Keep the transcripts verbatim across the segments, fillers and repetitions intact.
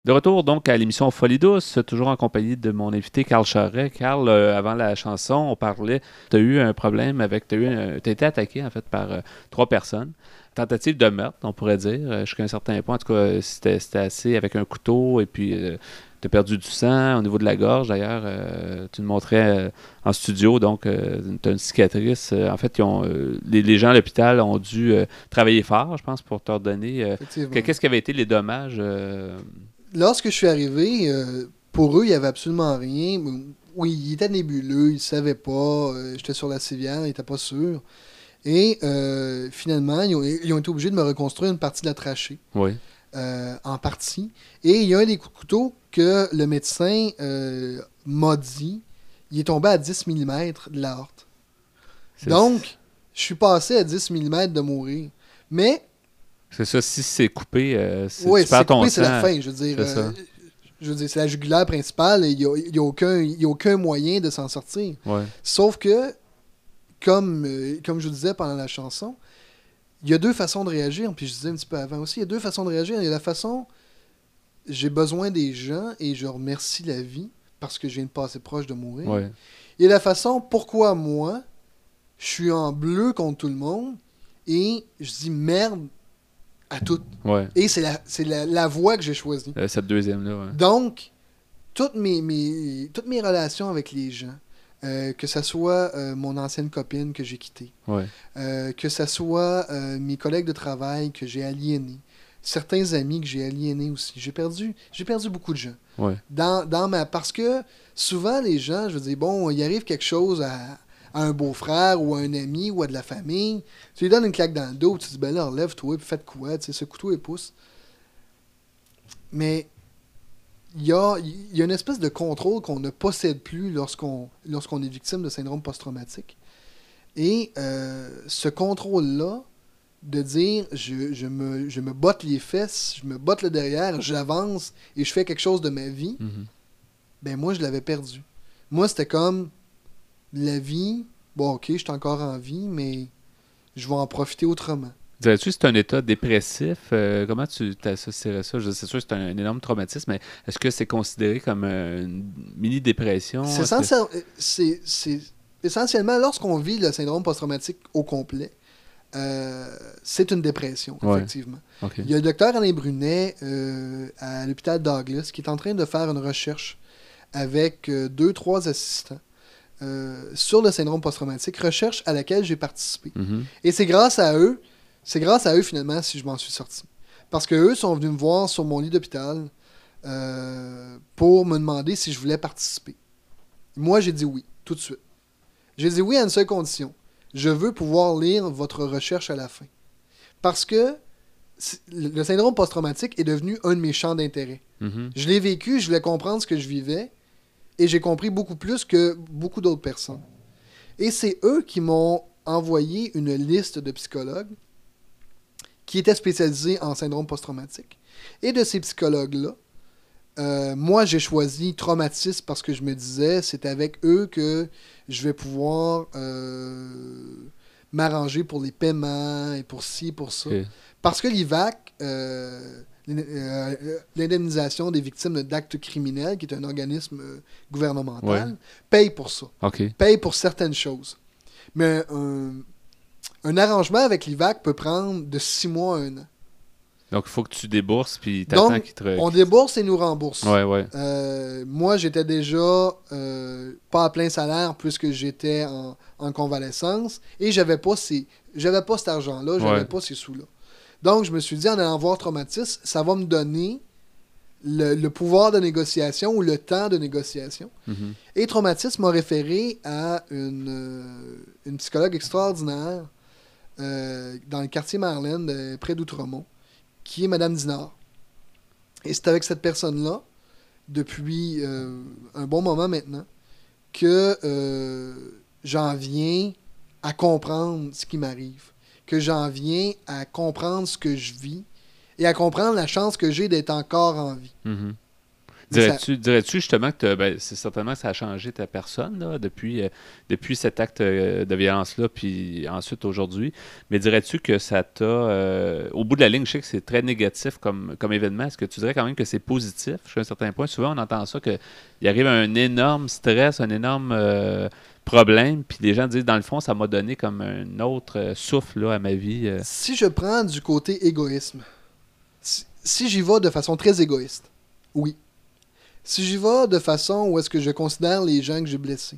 De retour donc à l'émission Folie douce, toujours en compagnie de mon invité Carl Charret. Carl, euh, avant la chanson, on parlait, tu as eu un problème avec, tu as été attaqué en fait par euh, trois personnes. Tentative de meurtre, on pourrait dire, euh, jusqu'à un certain point. En tout cas, c'était c'était assez avec un couteau et puis euh, tu as perdu du sang au niveau de la gorge. D'ailleurs, euh, tu le montrais euh, en studio, donc euh, tu as une cicatrice. Euh, en fait, ils ont, euh, les, les gens à l'hôpital ont dû euh, travailler fort, je pense, pour t'ordonner. Euh, que- Effectivement. Qu'est-ce qui avait été les dommages? euh, Lorsque je suis arrivé, euh, pour eux, il n'y avait absolument rien. Oui, il était nébuleux, ils ne savaient pas. euh, J'étais sur la civière, ils n'étaient pas sûrs. Et euh, finalement, ils ont, ils ont été obligés de me reconstruire une partie de la trachée, Oui. euh, en partie. Et il y a un des coups de couteau que le médecin euh, m'a dit, il est tombé à dix millimètres de l'aorte. C'est Donc, je suis passé à dix millimètres de mourir. Mais, c'est ça, si c'est coupé, euh, c'est- oui, tu si c'est perds ton coupé, c'est la sang. fin. Je veux dire, C'est euh, ça. je veux dire, c'est la jugulaire principale et il n'y a, il y a aucun, il y a aucun moyen de s'en sortir. Ouais. Sauf que, comme, euh, comme je vous disais pendant la chanson, il y a deux façons de réagir. Puis je disais un petit peu avant aussi, il y a deux façons de réagir. Il y a la façon, j'ai besoin des gens et je remercie la vie parce que je viens de passer proche de mourir. Ouais. Et la façon, pourquoi moi, je suis en bleu contre tout le monde et je dis merde à tout. Ouais. Et c'est la, c'est la, la voie que j'ai choisie. Euh, cette deuxième-là, ouais. Donc, toutes mes, mes, toutes mes relations avec les gens, euh, que ce soit euh, mon ancienne copine que j'ai quittée, Ouais. euh, que ce soit euh, mes collègues de travail que j'ai aliénés, certains amis que j'ai aliénés aussi. J'ai perdu, j'ai perdu beaucoup de gens. Ouais. Dans, dans ma... Parce que souvent, les gens, je veux dire, bon, il arrive quelque chose à, à un beau-frère ou à un ami ou à de la famille, tu lui donnes une claque dans le dos, tu dis, ben là, relève-toi, puis faites quoi, tu sais, ce couteau et pouce. Mais il y a, il y a une espèce de contrôle qu'on ne possède plus lorsqu'on lorsqu'on est victime de syndrome post-traumatique. Et euh, ce contrôle-là, de dire je, je, me, je me botte les fesses, je me botte le derrière, j'avance et je fais quelque chose de ma vie, Mhm. ben moi, je l'avais perdu. Moi, c'était comme la vie, bon, ok, je suis encore en vie, mais je vais en profiter autrement. Dirais-tu que c'est un état dépressif? Euh, comment tu t'associerais ça? Je- C'est sûr que c'est un, un énorme traumatisme, mais est-ce que c'est considéré comme euh, une mini-dépression? C'est Est-ce que... essentiel- c'est- c'est- essentiellement, lorsqu'on vit le syndrome post-traumatique au complet, Euh, c'est une dépression, Ouais. effectivement. OK. Il y a le docteur Alain Brunet euh, à l'hôpital Douglas qui est en train de faire une recherche avec euh, deux, trois assistants euh, sur le syndrome post-traumatique, recherche à laquelle j'ai participé. Mhm. Et c'est grâce à eux, c'est grâce à eux finalement si je m'en suis sorti. Parce que eux sont venus me voir sur mon lit d'hôpital euh, pour me demander si je voulais participer. Moi, j'ai dit oui, tout de suite. J'ai dit oui à une seule condition. Je veux pouvoir lire votre recherche à la fin. Parce que le syndrome post-traumatique est devenu un de mes champs d'intérêt. Mhm. Je l'ai vécu, je voulais comprendre ce que je vivais, et j'ai compris beaucoup plus que beaucoup d'autres personnes. Et c'est eux qui m'ont envoyé une liste de psychologues qui étaient spécialisés en syndrome post-traumatique. Et de ces psychologues-là, euh, moi, j'ai choisi traumatisme parce que je me disais, c'est avec eux que je vais pouvoir euh, m'arranger pour les paiements et pour ci, pour ça. OK. Parce que l'I V A C, euh, euh, l'indemnisation des victimes d'actes criminels, qui est un organisme euh, gouvernemental, Ouais. paye pour ça. OK. Paye pour certaines choses. Mais un, un arrangement avec l'I V A C peut prendre de six mois à un an. Donc, il faut que tu débourses, puis t'attends Donc, qu'il te... re- on qu'il- débourse et nous rembourse. Ouais, ouais. Euh, moi, j'étais déjà euh, pas à plein salaire puisque j'étais en, en convalescence et j'avais pas ces, j'avais pas cet argent-là, j'avais Ouais. pas ces sous-là. Donc, je me suis dit, en allant voir Traumatisme, ça va me donner le, le pouvoir de négociation ou le temps de négociation. Mhm. Et Traumatisme m'a référé à une, euh, une psychologue extraordinaire euh, dans le quartier Marlène, de- près d'Outremont, qui est Madame Dinard. Et c'est avec cette personne-là, depuis euh, un bon moment maintenant, que euh, j'en viens à comprendre ce qui m'arrive, que j'en viens à comprendre ce que je vis et à comprendre la chance que j'ai d'être encore en vie. Mhm. Dirais-tu, dirais-tu justement que ben, c'est certainement que ça a changé ta personne là, depuis, euh, depuis cet acte euh, de violence-là, puis ensuite aujourd'hui. Mais dirais-tu que ça t'a... euh, au bout de la ligne, je sais que c'est très négatif comme, comme événement. Est-ce que tu dirais quand même que c'est positif jusqu'à un certain point? Souvent, on entend ça, qu'il arrive un énorme stress, un énorme euh, problème, puis les gens disent, dans le fond, ça m'a donné comme un autre euh, souffle là, à ma vie. euh. Si je prends du côté égoïsme, si, si j'y vais de façon très égoïste, oui. Si j'y vais de façon où est-ce que je considère les gens que j'ai blessés,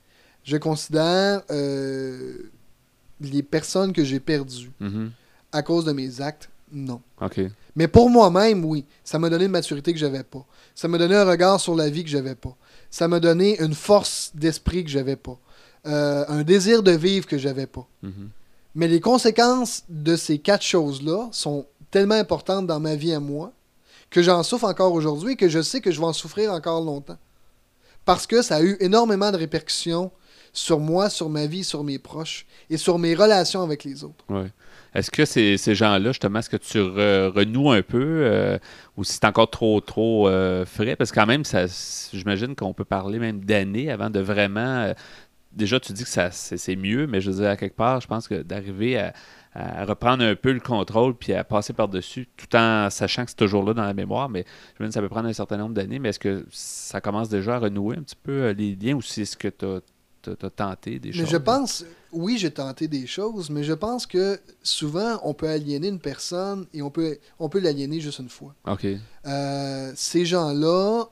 je considère euh, les personnes que j'ai perdues Mhm. à cause de mes actes, non. OK. Mais pour moi-même, oui. Ça m'a donné une maturité que j'avais pas. Ça m'a donné un regard sur la vie que j'avais pas. Ça m'a donné une force d'esprit que j'avais pas. Euh, un désir de vivre que j'avais pas. Mhm. Mais les conséquences de ces quatre choses-là sont tellement importantes dans ma vie à moi que j'en souffre encore aujourd'hui et que je sais que je vais en souffrir encore longtemps. Parce que ça a eu énormément de répercussions sur moi, sur ma vie, sur mes proches et sur mes relations avec les autres. Ouais. Est-ce que ces, ces gens-là, justement, est-ce que tu re- renoues un peu euh, ou si c'est encore trop, trop euh, frais? Parce que quand même, ça, j'imagine qu'on peut parler même d'années avant de vraiment... euh, déjà, tu dis que ça, c'est, c'est mieux, mais je veux dire, à quelque part, je pense que d'arriver à, à reprendre un peu le contrôle puis à passer par-dessus, tout en sachant que c'est toujours là dans la mémoire, mais je me dis que ça peut prendre un certain nombre d'années, mais est-ce que ça commence déjà à renouer un petit peu euh, les liens ou c'est ce que tu as tenté des Mais choses? je pense, oui, j'ai tenté des choses, mais je pense que souvent, on peut aliéner une personne et on peut, on peut l'aliéner juste une fois. OK. Euh, ces gens-là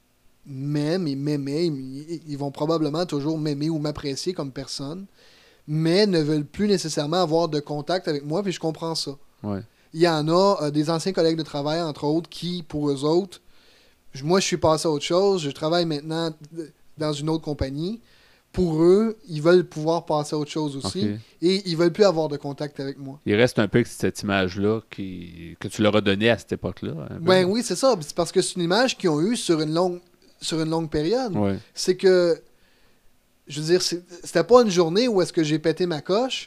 m'aiment et m'aimaient. Ils, ils vont probablement toujours m'aimer ou m'apprécier comme personne, mais ne veulent plus nécessairement avoir de contact avec moi, puis je comprends ça. Ouais. Il y en a euh, des anciens collègues de travail, entre autres, qui, pour eux autres, je- moi, je suis passé à autre chose. Je travaille maintenant dans une autre compagnie. Pour eux, ils veulent pouvoir passer à autre chose aussi. OK. Et ils veulent plus avoir de contact avec moi. Il reste un peu avec cette image-là qui, que tu leur as donnée à cette époque-là. un peu. Ben oui, c'est ça. C'est parce que c'est une image qu'ils ont eue sur une longue, sur une longue période. Ouais. C'est que, je veux dire, c'est- c'était pas une journée où est-ce que j'ai pété ma coche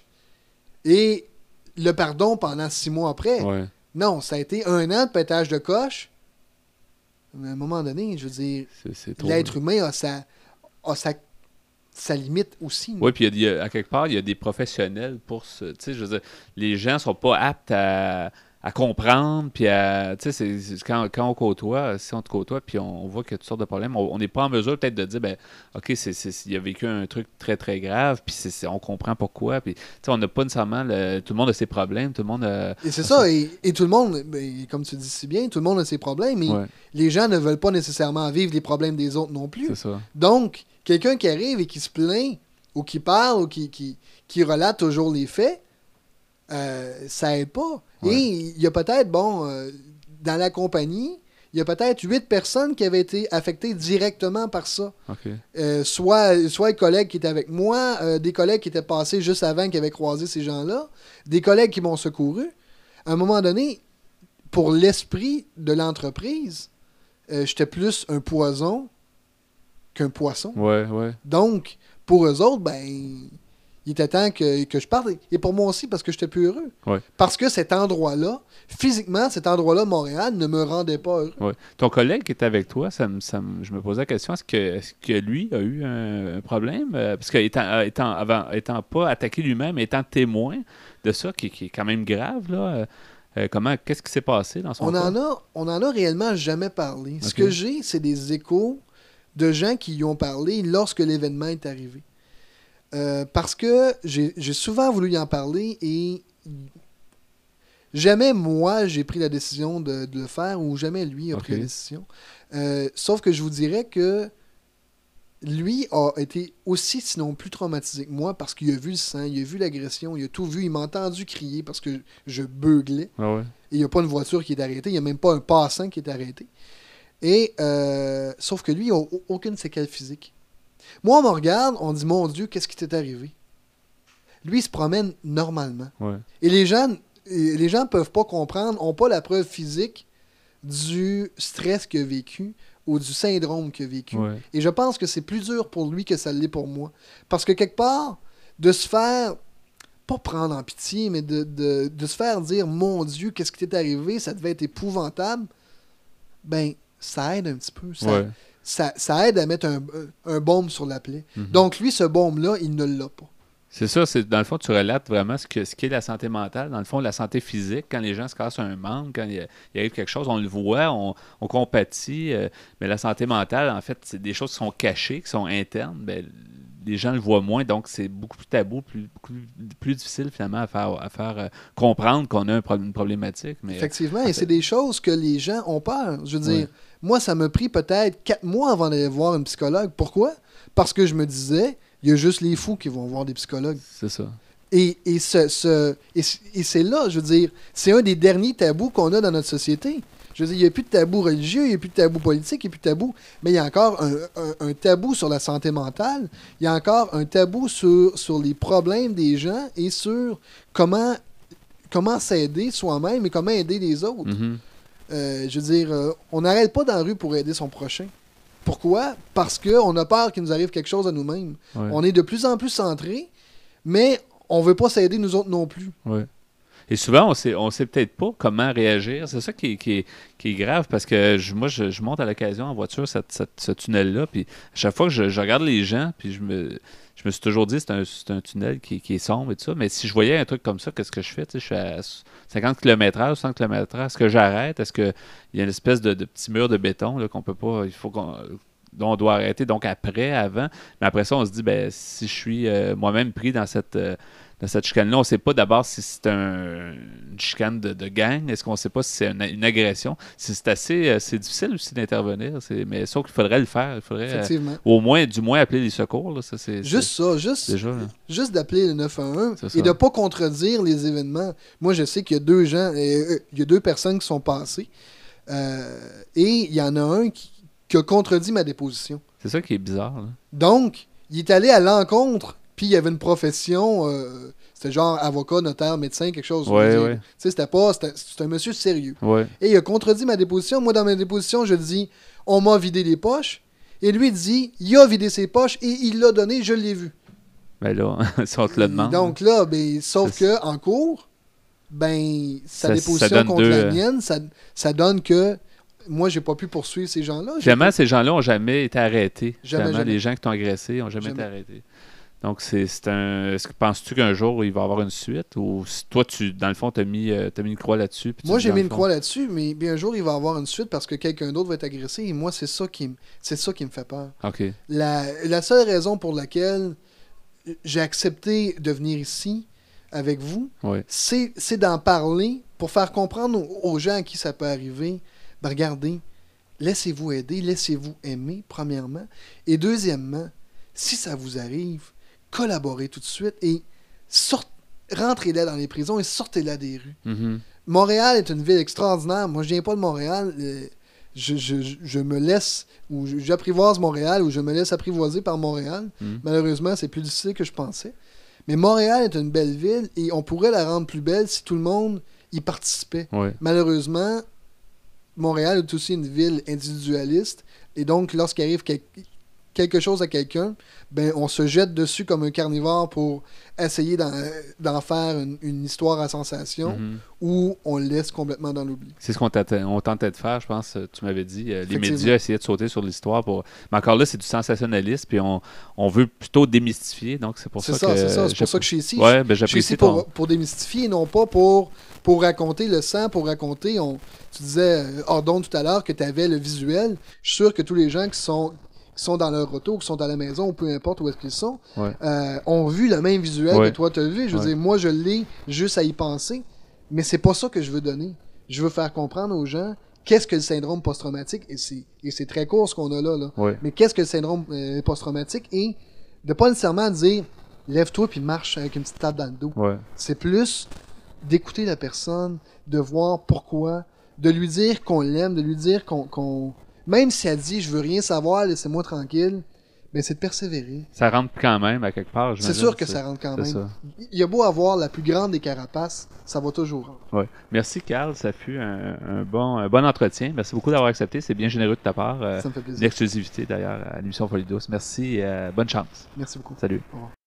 et le pardon pendant six mois après. Ouais. Non, ça a été un an de pétage de coche. Mais à un moment donné, je veux dire, C'est, c'est trop. l'être humain a sa, a sa, sa limite aussi. Oui, puis il y a- il y a- à quelque part, il y a des professionnels pour ce. Tu sais, je veux dire, les gens sont pas aptes à, à comprendre, puis à. Tu sais, c'est, c'est quand, quand on côtoie, si on te côtoie, puis on, on voit qu'il y a toutes sortes de problèmes, on on n'est pas en mesure peut-être de dire, ben, OK, c'est, c'est, il a vécu un truc très, très grave, puis c'est, c'est- on comprend pourquoi, puis, tu sais, on n'a pas nécessairement. Le- tout le monde a ses problèmes, tout le monde a. Et c'est ça, et, et tout le monde, ben, comme tu dis si bien, tout le monde a ses problèmes, mais Ouais, les gens ne veulent pas nécessairement vivre les problèmes des autres non plus. c'est ça. Donc, quelqu'un qui arrive et qui se plaint, ou qui parle, ou qui, qui, qui relate toujours les faits, euh, ça aide pas. Ouais. Et il y a peut-être, bon, euh, dans la compagnie, il y a peut-être huit personnes qui avaient été affectées directement par ça. OK. Euh, soit, soit les collègues qui étaient avec moi, euh, des collègues qui étaient passés juste avant qui avaient croisé ces gens-là, des collègues qui m'ont secouru. À un moment donné, pour l'esprit de l'entreprise, euh, j'étais plus un poison qu'un poisson. Ouais, ouais. Donc, pour eux autres, ben, il était temps que, que je parte. Et pour moi aussi, parce que j'étais plus heureux. Ouais. Parce que cet endroit-là, physiquement, cet endroit-là, Montréal, ne me rendait pas heureux. Ouais. Ton collègue qui était avec toi, ça me, ça me- je me posais la question, est-ce que, est-ce que lui a eu un, un problème? Euh, parce qu'étant euh, étant, avant, étant pas attaqué lui-même, étant témoin de ça, qui, qui est quand même grave, là, euh, euh, comment, qu'est-ce qui s'est passé dans son On cas? en a, on en a réellement jamais parlé. Ce Ok. que j'ai, c'est des échos de gens qui y ont parlé lorsque l'événement est arrivé. Euh, parce que j'ai j'ai souvent voulu y en parler et jamais moi j'ai pris la décision de, de le faire ou jamais lui a pris Ok. la décision. Euh, sauf que je vous dirais que lui a été aussi, sinon plus traumatisé que moi parce qu'il a vu le sang, il a vu l'agression, il a tout vu, il m'a entendu crier parce que je beuglais. Ah ouais. Et il n'y a pas une voiture qui est arrêtée. Il n'y a même pas un passant qui est arrêté. Et, euh, sauf que lui, il n'a aucune séquelle physique. Moi, on me regarde, on dit, mon Dieu, qu'est-ce qui t'est arrivé? Lui, il se promène normalement. Ouais. Et les gens et les gens ne peuvent pas comprendre, n'ont pas la preuve physique du stress qu'il a vécu ou du syndrome qu'il a vécu. Ouais. Et je pense que c'est plus dur pour lui que ça l'est pour moi. Parce que quelque part, de se faire, pas prendre en pitié, mais de, de, de se faire dire, mon Dieu, qu'est-ce qui t'est arrivé? Ça devait être épouvantable. Ben, ça aide un petit peu. Ça, Ouais. ça, ça aide à mettre un, un baume sur la plaie. Mhm. Donc, lui, ce baume-là, il ne l'a pas. C'est ça, c'est dans le fond, tu relates vraiment ce que ce qu'est la santé mentale. Dans le fond, la santé physique, quand les gens se cassent un membre, quand il, il arrive quelque chose, on le voit, on, on compatit. Euh, mais la santé mentale, en fait, c'est des choses qui sont cachées, qui sont internes. Ben, les gens le voient moins, donc c'est beaucoup plus tabou, plus, plus, plus difficile finalement à faire, à faire euh, comprendre qu'on a un pro- une problématique. Mais, Effectivement, euh, et c'est des choses que les gens ont peur. Je veux dire, Ouais. moi, ça m'a pris peut-être quatre mois avant d'aller voir un psychologue. Pourquoi? Parce que je me disais, il y a juste les fous qui vont voir des psychologues. c'est ça. Et, et, ce, ce- et, c- et c'est là, je veux dire, c'est un des derniers tabous qu'on a dans notre société. Je veux dire, il n'y a plus de tabou religieux, il n'y a plus de tabou politique, il n'y a plus de tabou, mais il y a encore un, un- un tabou sur la santé mentale, il y a encore un tabou sur, sur les problèmes des gens et sur comment, comment s'aider soi-même et comment aider les autres. Mhm. Euh, je veux dire, euh, on n'arrête pas dans la rue pour aider son prochain. Pourquoi? Parce qu'on a peur qu'il nous arrive quelque chose à nous-mêmes. Ouais. On est de plus en plus centré, mais on veut pas s'aider nous autres non plus. Ouais. Et souvent, on sait, on sait peut-être pas comment réagir. C'est ça qui est, qui est, qui est grave parce que je- moi, je, je monte à l'occasion en voiture, cette, cette- ce tunnel-là. Puis à chaque fois que je, je regarde les gens, puis je me, je me suis toujours dit c'est un, c'est un tunnel qui, qui est sombre et tout ça. Mais si je voyais un truc comme ça, qu'est-ce que je fais? Tu sais, je suis à cinquante kilomètres heure, soixante kilomètres heure. Est-ce que j'arrête? Est-ce qu'il y a une espèce de, de petit mur de béton là, qu'on peut pas. Il faut qu'on. Dont on doit arrêter, donc après, avant. Mais après ça, on se dit, ben, si je suis euh, moi-même pris dans cette, euh, dans cette chicane-là, on ne sait pas d'abord si c'est un, une chicane de, de gang, est-ce qu'on ne sait pas si c'est une, une agression. C'est c'est assez euh, c'est difficile aussi d'intervenir, c'est- mais sauf qu'il faudrait le faire. Il faudrait euh, Effectivement. au moins, du moins, appeler les secours. Là, ça, c'est, Juste ça, juste, c'est déjà, là. juste d'appeler le neuf un un C'est et ça. de pas contredire les événements. Moi, je sais qu'il y a deux gens, euh, euh, il y a deux personnes qui sont passées, euh, et il y en a un qui, qui a contredit ma déposition. C'est ça qui est bizarre. Là. Donc, il est allé à l'encontre, puis il y avait une profession, euh, c'était genre avocat, notaire, médecin, quelque chose. Ouais, je veux dire. ouais. Tu sais, c'était pas, c'était c'était un monsieur sérieux. Ouais. Et il a contredit ma déposition. Moi, dans ma déposition, je dis, on m'a vidé les poches. Et lui dit, il a vidé ses poches et il l'a donné, je l'ai vu. Ben là, si on te le demande. Donc là, ben, sauf C'est- que en cours, ben, sa Ça- déposition ça donne contre deux, la euh, mienne, ça, ça donne que moi, j'ai pas pu poursuivre ces gens-là. J'ai Finalement, pas- ces gens-là n'ont jamais été arrêtés. Jamais, Finalement, jamais. les gens qui t'ont agressé n'ont jamais, Jamais. été arrêtés. Donc, c'est c'est un. Est-ce que penses-tu qu'un jour, il va y avoir une suite? Ou si toi, tu, dans le fond, tu as mis, euh, t'as mis une croix là-dessus? puis tu Moi, dis, j'ai dans mis le une fond- croix là-dessus, mais bien un jour, il va y avoir une suite parce que quelqu'un d'autre va être agressé. Et moi, c'est ça qui, me- c'est ça qui me fait peur. OK. La, la seule raison pour laquelle j'ai accepté de venir ici avec vous, Oui. c'est c'est d'en parler pour faire comprendre aux, aux gens à qui ça peut arriver. Ben regardez, laissez-vous aider, laissez-vous aimer, premièrement. Et deuxièmement, si ça vous arrive, collaborez tout de suite et sort- rentrez là dans les prisons et sortez-là des rues. Mhm. Montréal est une ville extraordinaire. Moi, je viens pas de Montréal. Euh, je, je- je me laisse, ou je- j'apprivoise Montréal, ou je me laisse apprivoiser par Montréal. Mhm. Malheureusement, c'est plus difficile que je pensais. Mais Montréal est une belle ville et on pourrait la rendre plus belle si tout le monde y participait. Oui. Malheureusement, Montréal est aussi une ville individualiste et donc lorsqu'il arrive quel- quelque chose à quelqu'un, ben on se jette dessus comme un carnivore pour essayer d'en, d'en faire une, une histoire à sensation Mhm. ou on le laisse complètement dans l'oubli. C'est ce qu'on tenta- on tentait de faire, je pense. euh, Tu m'avais dit. euh, les Effectivement. médias essayaient de sauter sur l'histoire. pour. Mais encore là, c'est du sensationnalisme. Puis on, on veut plutôt démystifier. Donc, c'est pour C'est ça, ça, que. c'est ça. C'est j'ai- pour ça que je suis ici. Ouais, ben, Je suis j'apprécie ici ton. pour, pour démystifier, non pas pour, pour raconter le sang, pour raconter. On, tu disais, euh, Ordon, tout à l'heure, que tu avais le visuel. Je suis sûr que tous les gens qui sont, qui sont dans leur auto, qui sont à la maison, ou peu importe où est-ce qu'ils sont, Ouais. euh, ont vu le même visuel Ouais. que toi tu as vu. Je veux Ouais. dire, moi, je l'ai juste à y penser. Mais c'est pas ça que je veux donner. Je veux faire comprendre aux gens qu'est-ce que le syndrome post-traumatique, et c'est, et c'est très court ce qu'on a là. là. Ouais. Mais qu'est-ce que le syndrome euh, post-traumatique et de pas nécessairement dire lève-toi puis marche avec une petite tape dans le dos. Ouais. C'est plus d'écouter la personne, de voir pourquoi, de lui dire qu'on l'aime, de lui dire qu'on, qu'on... même si elle dit je veux rien savoir, laissez-moi tranquille, ben c'est de persévérer. Ça rentre quand même à quelque part. C'est j'imagine, sûr que ça rentre quand c'est même. ça. Il y a beau avoir la plus grande des carapaces, ça va toujours rentrer. Ouais. Merci, Carl. Ça fut un, un bon, un bon entretien. Merci beaucoup d'avoir accepté. C'est bien généreux de ta part. Euh, Ça me fait plaisir. L'exclusivité, d'ailleurs, à l'émission Folie Douce. Merci et euh, bonne chance. Merci beaucoup. Salut. Au revoir.